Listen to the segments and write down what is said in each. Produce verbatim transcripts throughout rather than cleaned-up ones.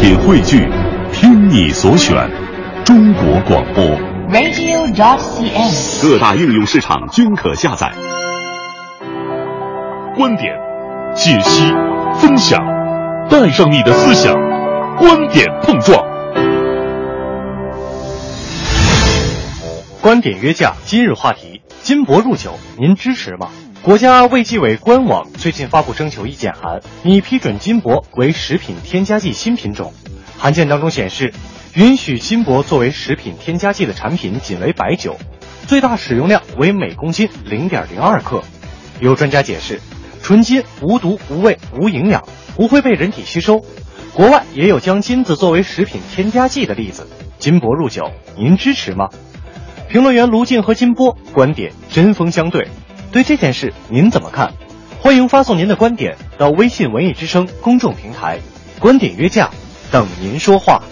品汇聚，听你所选，中国广播 radio dot c n， 各大应用市场均可下载。观点、解析、分享，带上你的思想，观点碰撞。 观点约架，今日话题：金箔入酒，您支持吗？国家卫计委官网最近发布征求意见函，拟批准金箔为食品添加剂新品种。函件当中显示，允许金箔作为食品添加剂的产品仅为白酒，最大使用量为每公斤 零点零二 克。有专家解释，纯金无毒无味无营养，不会被人体吸收。国外也有将金子作为食品添加剂的例子。金箔入酒，您支持吗？评论员卢静和金波观点针锋相对，对这件事您怎么看？欢迎发送您的观点到微信文艺之声公众平台，观点约架，等您说话。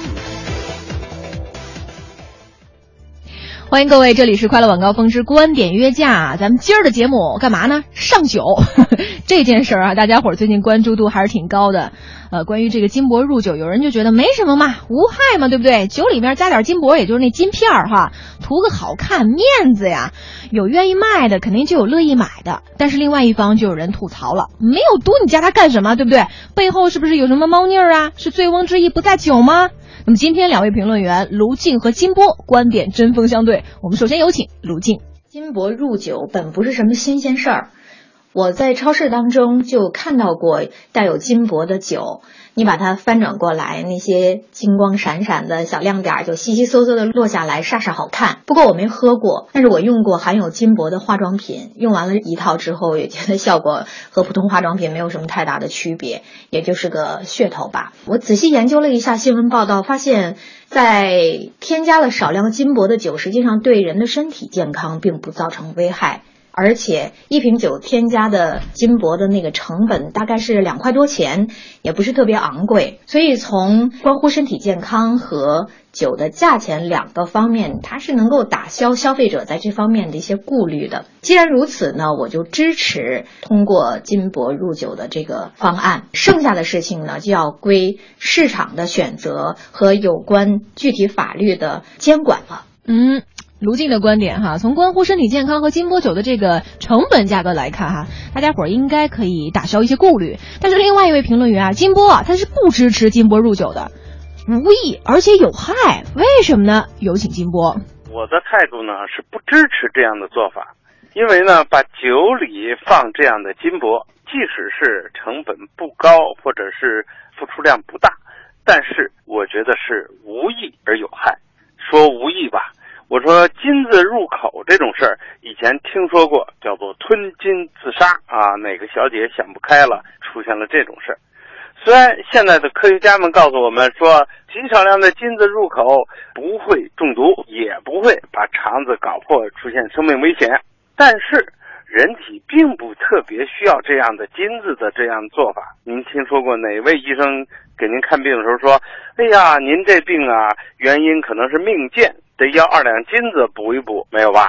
欢迎各位，这里是快乐晚高峰之观点约架。咱们今儿的节目干嘛呢？上酒这件事儿啊，大家伙儿最近关注度还是挺高的。呃，关于这个金箔入酒，有人就觉得没什么嘛，无害嘛，对不对？酒里面加点金箔，也就是那金片儿哈，图个好看面子呀。有愿意卖的，肯定就有乐意买的。但是另外一方就有人吐槽了，没有毒你加它干什么，对不对？背后是不是有什么猫腻儿啊？是醉翁之意不在酒吗？那么今天两位评论员卢静和金波观点针锋相对，我们首先有请卢静。 金箔入酒本不是什么新鲜事儿，我在超市当中就看到过带有金箔的酒，你把它翻转过来，那些金光闪闪的小亮点就稀稀嗦嗦的落下来，煞煞好看。不过我没喝过，但是我用过含有金箔的化妆品，用完了一套之后也觉得效果和普通化妆品没有什么太大的区别，也就是个噱头吧。我仔细研究了一下新闻报道，发现在添加了少量金箔的酒，实际上对人的身体健康并不造成危害。而且一瓶酒添加的金箔的那个成本大概是两块多钱，也不是特别昂贵，所以从关乎身体健康和酒的价钱两个方面，它是能够打消消费者在这方面的一些顾虑的。既然如此呢，我就支持通过金箔入酒的这个方案。剩下的事情呢，就要归市场的选择和有关具体法律的监管了。 嗯。卢静的观点哈，从关乎身体健康和金箔酒的这个成本价格来看哈，大家伙儿应该可以打消一些顾虑。但是另外一位评论员啊，金波啊，他是不支持金箔入酒的，无益而且有害，为什么呢？有请金波。 我的态度呢是不支持这样的做法，因为呢，把酒里放这样的金箔，即使是成本不高或者是付出量不大，但是我觉得是无益而有害。说无益吧，我说金子入口这种事儿，以前听说过，叫做吞金自杀啊，哪个小姐想不开了，出现了这种事儿。虽然现在的科学家们告诉我们说，极少量的金子入口不会中毒，也不会把肠子搞破，出现生命危险，但是人体并不特别需要这样的金子的这样做法。您听说过哪位医生给您看病的时候说，哎呀，您这病啊，原因可能是命贱，得要二两金子补一补，没有吧？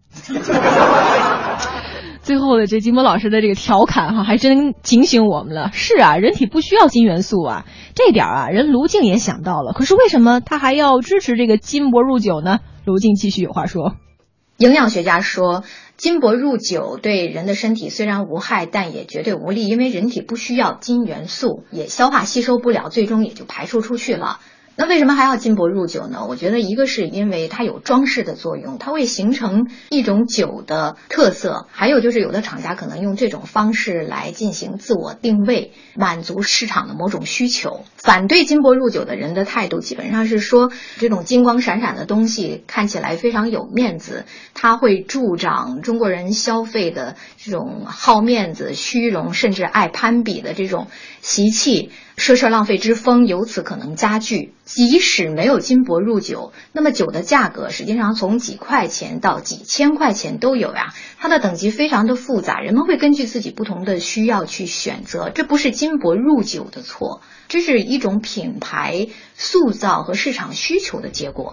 最后的这金波老师的这个调侃哈，还真警醒我们了。是啊，人体不需要金元素啊，这点啊，人卢静也想到了。可是为什么他还要支持这个金箔入酒呢？卢静继续有话说。 营养学家说，金箔入酒对人的身体虽然无害，但也绝对无利，因为人体不需要金元素，也消化吸收不了，最终也就排出出去了。那为什么还要金箔入酒呢？我觉得一个是因为它有装饰的作用，它会形成一种酒的特色，还有就是有的厂家可能用这种方式来进行自我定位，满足市场的某种需求。反对金箔入酒的人的态度基本上是说，这种金光闪闪的东西看起来非常有面子，它会助长中国人消费的这种好面子、虚荣甚至爱攀比的这种习气，奢侈浪费之风由此可能加剧。即使没有金箔入酒，那么酒的价格实际上从几块钱到几千块钱都有呀，它的等级非常的复杂，人们会根据自己不同的需要去选择，这不是金箔入酒的错，这是一种品牌塑造和市场需求的结果。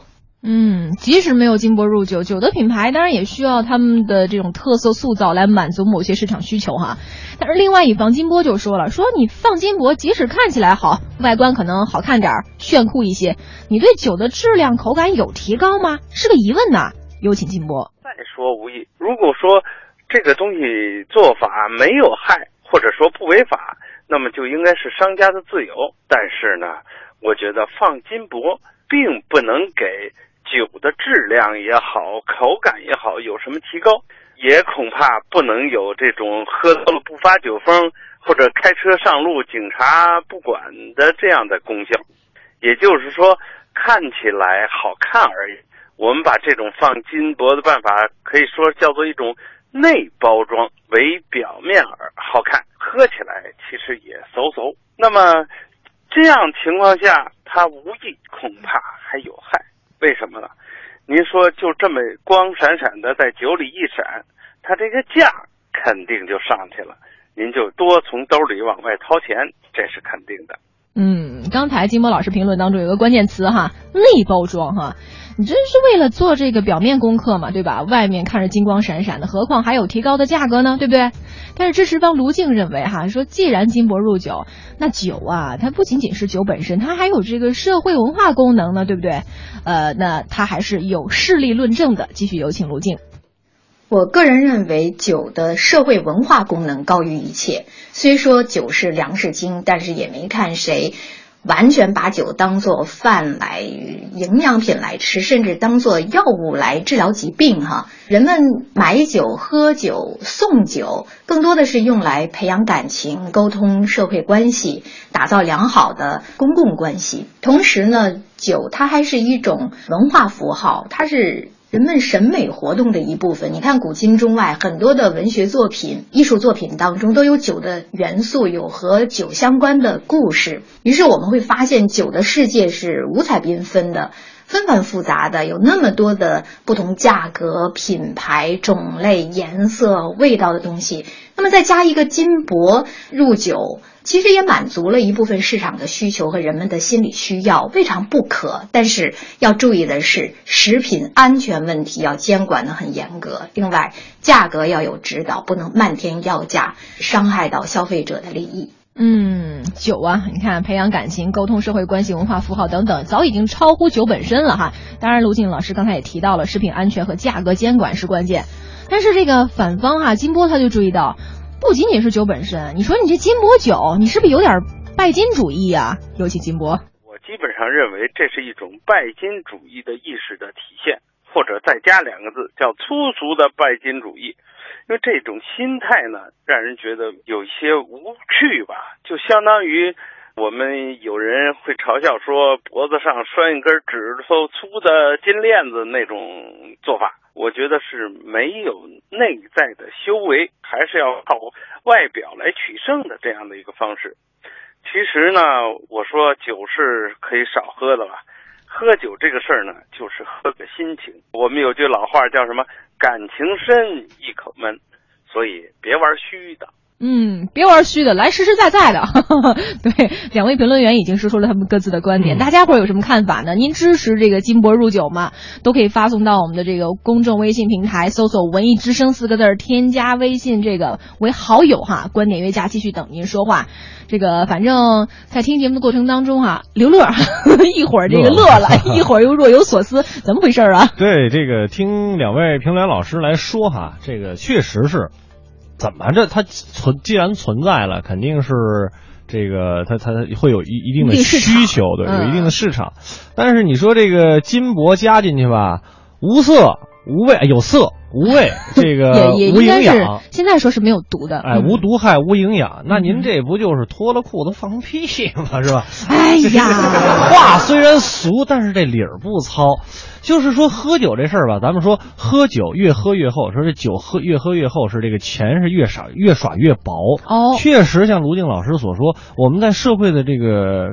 嗯，即使没有金箔入酒，酒的品牌当然也需要他们的这种特色塑造来满足某些市场需求哈。但是另外一方金箔就说了，说你放金箔，即使看起来好，外观可能好看点儿，炫酷一些，你对酒的质量口感有提高吗？是个疑问呐。有请金箔。 再说无益，如果说这个东西做法没有害，或者说不违法，那么就应该是商家的自由。但是呢，我觉得放金箔并不能给酒的质量也好，口感也好有什么提高，也恐怕不能有这种喝多了不发酒疯，或者开车上路警察不管的这样的功效。也就是说，看起来好看而已。我们把这种放金箔的办法可以说叫做一种内包装，为表面而好看，喝起来其实也嗖嗖。那么这样情况下，它无益，恐怕还有害。为什么呢？您说就这么光闪闪的在酒里一闪，它这个价肯定就上去了，您就多从兜里往外掏钱，这是肯定的。 嗯，刚才金箔老师评论当中有个关键词哈，内包装哈，你这是为了做这个表面功课嘛，对吧？外面看着金光闪闪的，何况还有提高的价格呢，对不对？但是支持方卢静认为哈，说既然金箔入酒，那酒啊，它不仅仅是酒本身，它还有这个社会文化功能呢，对不对？呃，那它还是有事例论证的。继续有请卢静。 我个人认为酒的社会文化功能高于一切，虽说酒是粮食精，但是也没看谁完全把酒当作饭来营养品来吃，甚至当作药物来治疗疾病哈。人们买酒喝酒送酒更多的是用来培养感情，沟通社会关系，打造良好的公共关系。同时呢，酒它还是一种文化符号，它是人们审美活动的一部分。你看古今中外很多的文学作品、艺术作品当中都有酒的元素，有和酒相关的故事。于是我们会发现酒的世界是五彩缤纷的，纷繁复杂的，有那么多的不同价格、品牌、种类、颜色、味道的东西。那么再加一个金箔入酒，其实也满足了一部分市场的需求和人们的心理需要，未尝不可。但是要注意的是，食品安全问题要监管得很严格。另外，价格要有指导，不能漫天要价，伤害到消费者的利益。 嗯，酒啊，你看培养感情、沟通社会关系、文化符号等等，早已经超乎酒本身了哈。当然，卢静老师刚才也提到了，食品安全和价格监管是关键。但是这个反方哈，金箔他就注意到，不仅仅是酒本身，你说你这金箔酒，你是不是有点拜金主义啊？有请金箔。 我基本上认为这是一种拜金主义的意识的体现，或者再加两个字，叫粗俗的拜金主义。因为这种心态呢，让人觉得有一些无趣吧，就相当于我们有人会嘲笑说脖子上拴一根指头粗的金链子那种做法，我觉得是没有内在的修为，还是要靠外表来取胜的这样的一个方式。其实呢，我说酒是可以少喝的吧，喝酒这个事儿呢，就是喝个心情。我们有句老话叫什么？感情深，一口闷。所以别玩虚的。 嗯，别玩虚的，来实实在在的。对，两位评论员已经说出了他们各自的观点，嗯、大家伙有什么看法呢？您支持这个金箔入酒吗？都可以发送到我们的这个公众微信平台，搜索文艺之声四个字，添加微信这个为好友哈。观点约架继续等您说话。这个反正在听节目的过程当中哈、啊，刘乐一会儿这个乐了，一会儿又若有所思，怎么回事啊？ 对，这个听两位评论员老师来说哈，这个确实是。怎么着？它存既然存在了，肯定是这个它它会有一一定的需求，对，有一定的市场。嗯、但是你说这个金箔加进去吧，无色无味，有色无味，这个无营养。 现在说是没有毒的， 哎，无毒害无营养。那您这不就是脱了裤子放屁吗？是吧？ 哎呀， 话虽然俗，但是这理儿不糙。就是说喝酒这事儿吧，咱们说喝酒越喝越厚，说这酒喝越喝越厚是这个钱是越少越耍越薄。 哦， 确实像卢静老师所说，我们在社会的这个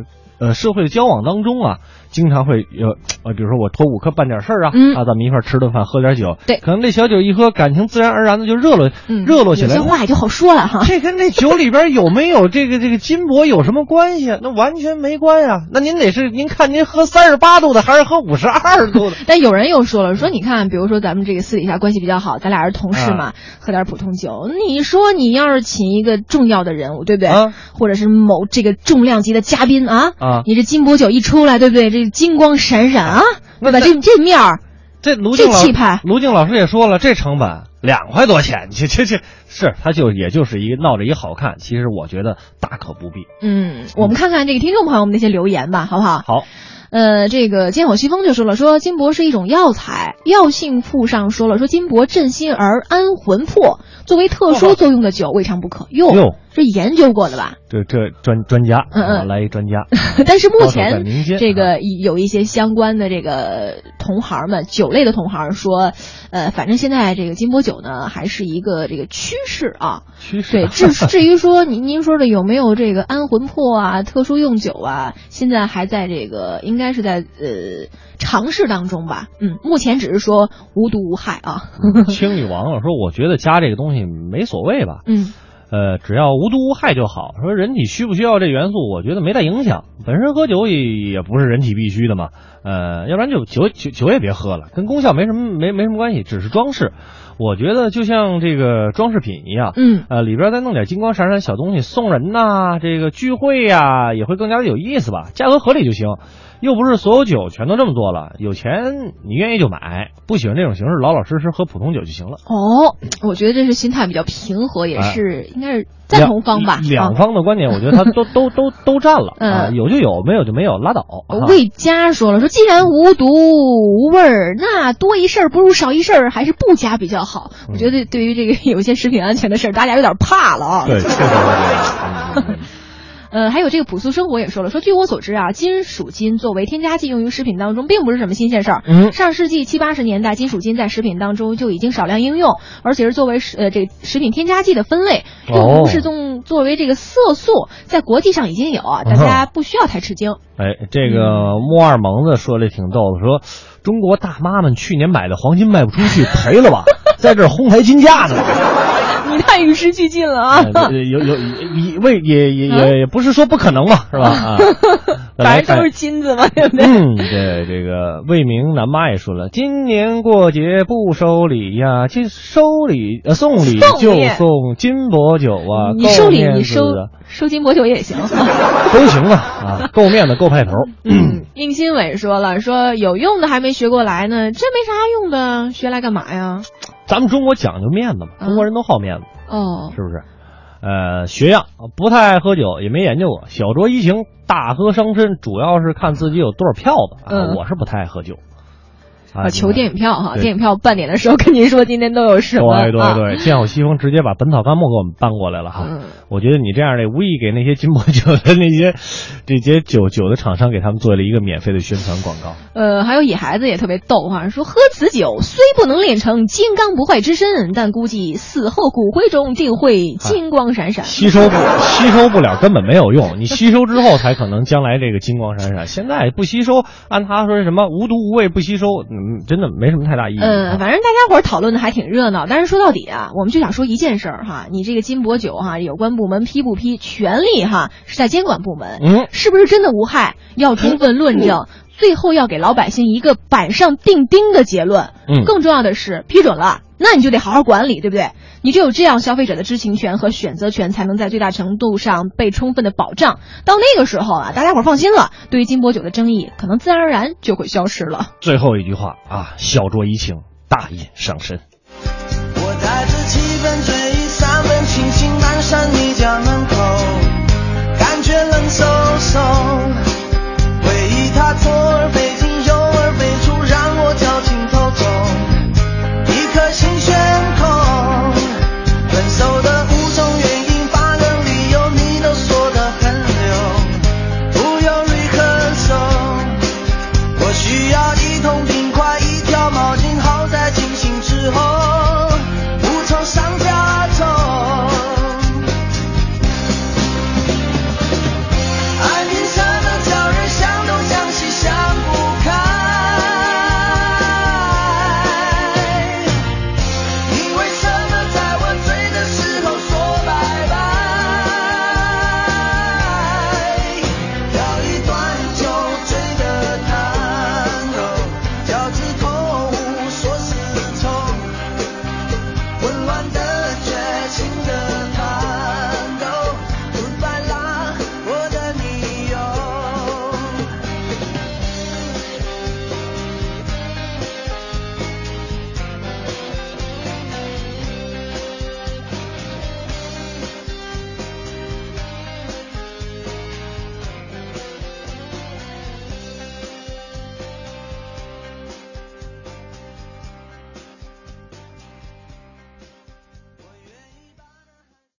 呃社会的交往当中啊，经常会有呃，比如说我托五科办点事儿啊， 嗯啊，咱们一块儿吃顿饭，喝点酒， 对， 可能这小酒一喝，感情自然而然的就热络， 嗯， 热络起来， 有些话也就好说了哈。 这跟这酒里边有没有这个这个金箔有什么关系啊？那完全没关啊。那您得是您看您喝三十八度的还是喝五十二度的？ 但有人又说了，说你看，比如说咱们这个私底下关系比较好，咱俩是同事嘛，啊、喝点普通酒。你说你要是请一个重要的人物，对不对？啊、或者是某这个重量级的嘉宾啊，啊，你这金箔酒一出来，对不对？这金光闪闪啊，对吧？这这面儿， 这卢静老这气派， 卢静老师也说了，这成本两块多钱，这这这是他就也就是一个闹着一好看，其实我觉得大可不必。 嗯，我们看看这个听众朋友们那些留言吧，好不好？ 好。 呃，这个剑火西风就说了，说金箔是一种药材，药性附上说了，说金箔镇心而安魂魄，作为特殊作用的酒未尝不可。哟，哟这研究过的吧？ 这这专专家， 嗯嗯， 来一专家。 但是目前这个有一些相关的这个同行们，酒类的同行说，呃，反正现在这个金箔酒呢，还是一个这个趋势啊。 趋势。 对，至至于说您您说的有没有这个安魂魄啊、特殊用酒啊，现在还在这个应该是在呃尝试当中吧。嗯，目前只是说无毒无害啊。 青女王了说，我觉得加这个东西没所谓吧。 嗯。 呃，只要无毒无害就好。说人体需不需要这元素，我觉得没大影响。本身喝酒也也不是人体必须的嘛。呃，要不然就酒酒酒也别喝了，跟功效没什么没没什么关系，只是装饰。我觉得就像这个装饰品一样， 嗯， 呃，里边再弄点金光闪闪小东西送人呐、啊，这个聚会呀、啊，也会更加的有意思吧。价格合理就行，又不是所有酒全都这么多了。有钱你愿意就买，不喜欢这种形式，老老实实喝普通酒就行了。 哦，我觉得这是心态比较平和，也是、哎、应该是赞同方吧。 两方的观点，我觉得他都都都都占了、嗯、啊，有就有，没有就没有，拉倒。 魏佳说了，说既然无毒无味儿，那多一事儿不如少一事儿，还是不加比较好。嗯、我觉得对于这个有一些食品安全的事儿，大家有点怕了啊。 对，确实是这样。 呃，还有这个朴素生活也说了，说据我所知啊，金属金作为添加剂用于食品当中，并不是什么新鲜事儿。 嗯， 上世纪七八十年代，金属金在食品当中就已经少量应用，而且是作为呃这个食品添加剂的分类，用是作作为这个色素，在国际上已经有啊，大家不需要太吃惊。 哎，这个莫二蒙子说的挺逗的，说中国大妈们去年买的黄金卖不出去，赔了吧，在这儿哄抬金价呢。 你太与时俱进了啊！ 呃、有有也为也也也也不是说不可能嘛，是吧？啊， 反正都是金子嘛，对不对？ 嗯，对，这个魏明南妈也说了，今年过节不收礼呀，今收礼呃送礼就送金箔酒啊， 你收礼你收收金箔酒也行， 都行吧啊，够面子够派头。 嗯，应新伟说了，说有用的还没学过来呢，这没啥用的，学来干嘛呀？ 咱们中国讲究面子嘛，中国人都好面子， 哦、 嗯，是不是？呃，学样不太爱喝酒，也没研究过，小酌怡情，大喝伤身，主要是看自己有多少票子。 嗯、 啊，我是不太爱喝酒。 啊，求电影票哈，电影票半点的时候跟您说今天都有什么？ 对对对，剑火西风直接把《本草纲目》给我们搬过来了哈。 嗯， 我觉得你这样的无意给那些金箔酒的那些这些酒酒的厂商给他们做了一个免费的宣传广告。 呃，还有野孩子也特别逗哈，说喝此酒虽不能炼成金刚不坏之身，但估计死后骨灰中定会金光闪闪。 啊、吸收不吸收不了，根本没有用。你吸收之后才可能将来这个金光闪闪。现在不吸收，按他说什么无毒无味不吸收，嗯，真的没什么太大意义。 嗯，反正大家伙儿讨论的还挺热闹，但是说到底啊，我们就想说一件事儿哈，你这个金箔酒哈，有关部门批不批，权力哈是在监管部门， 嗯， 是不是真的无害，要充分论证，嗯、最后要给老百姓一个板上钉钉的结论。 嗯， 更重要的是批准了，那你就得好好管理，对不对？你只有这样，消费者的知情权和选择权才能在最大程度上被充分的保障。到那个时候啊，大家伙放心了，对于金箔酒的争议可能自然而然就会消失了。 最后一句话啊，小酌怡情，大饮伤身。 我带着气氛醉意三分清醒，蹒跚你家门口，感觉冷飕飕。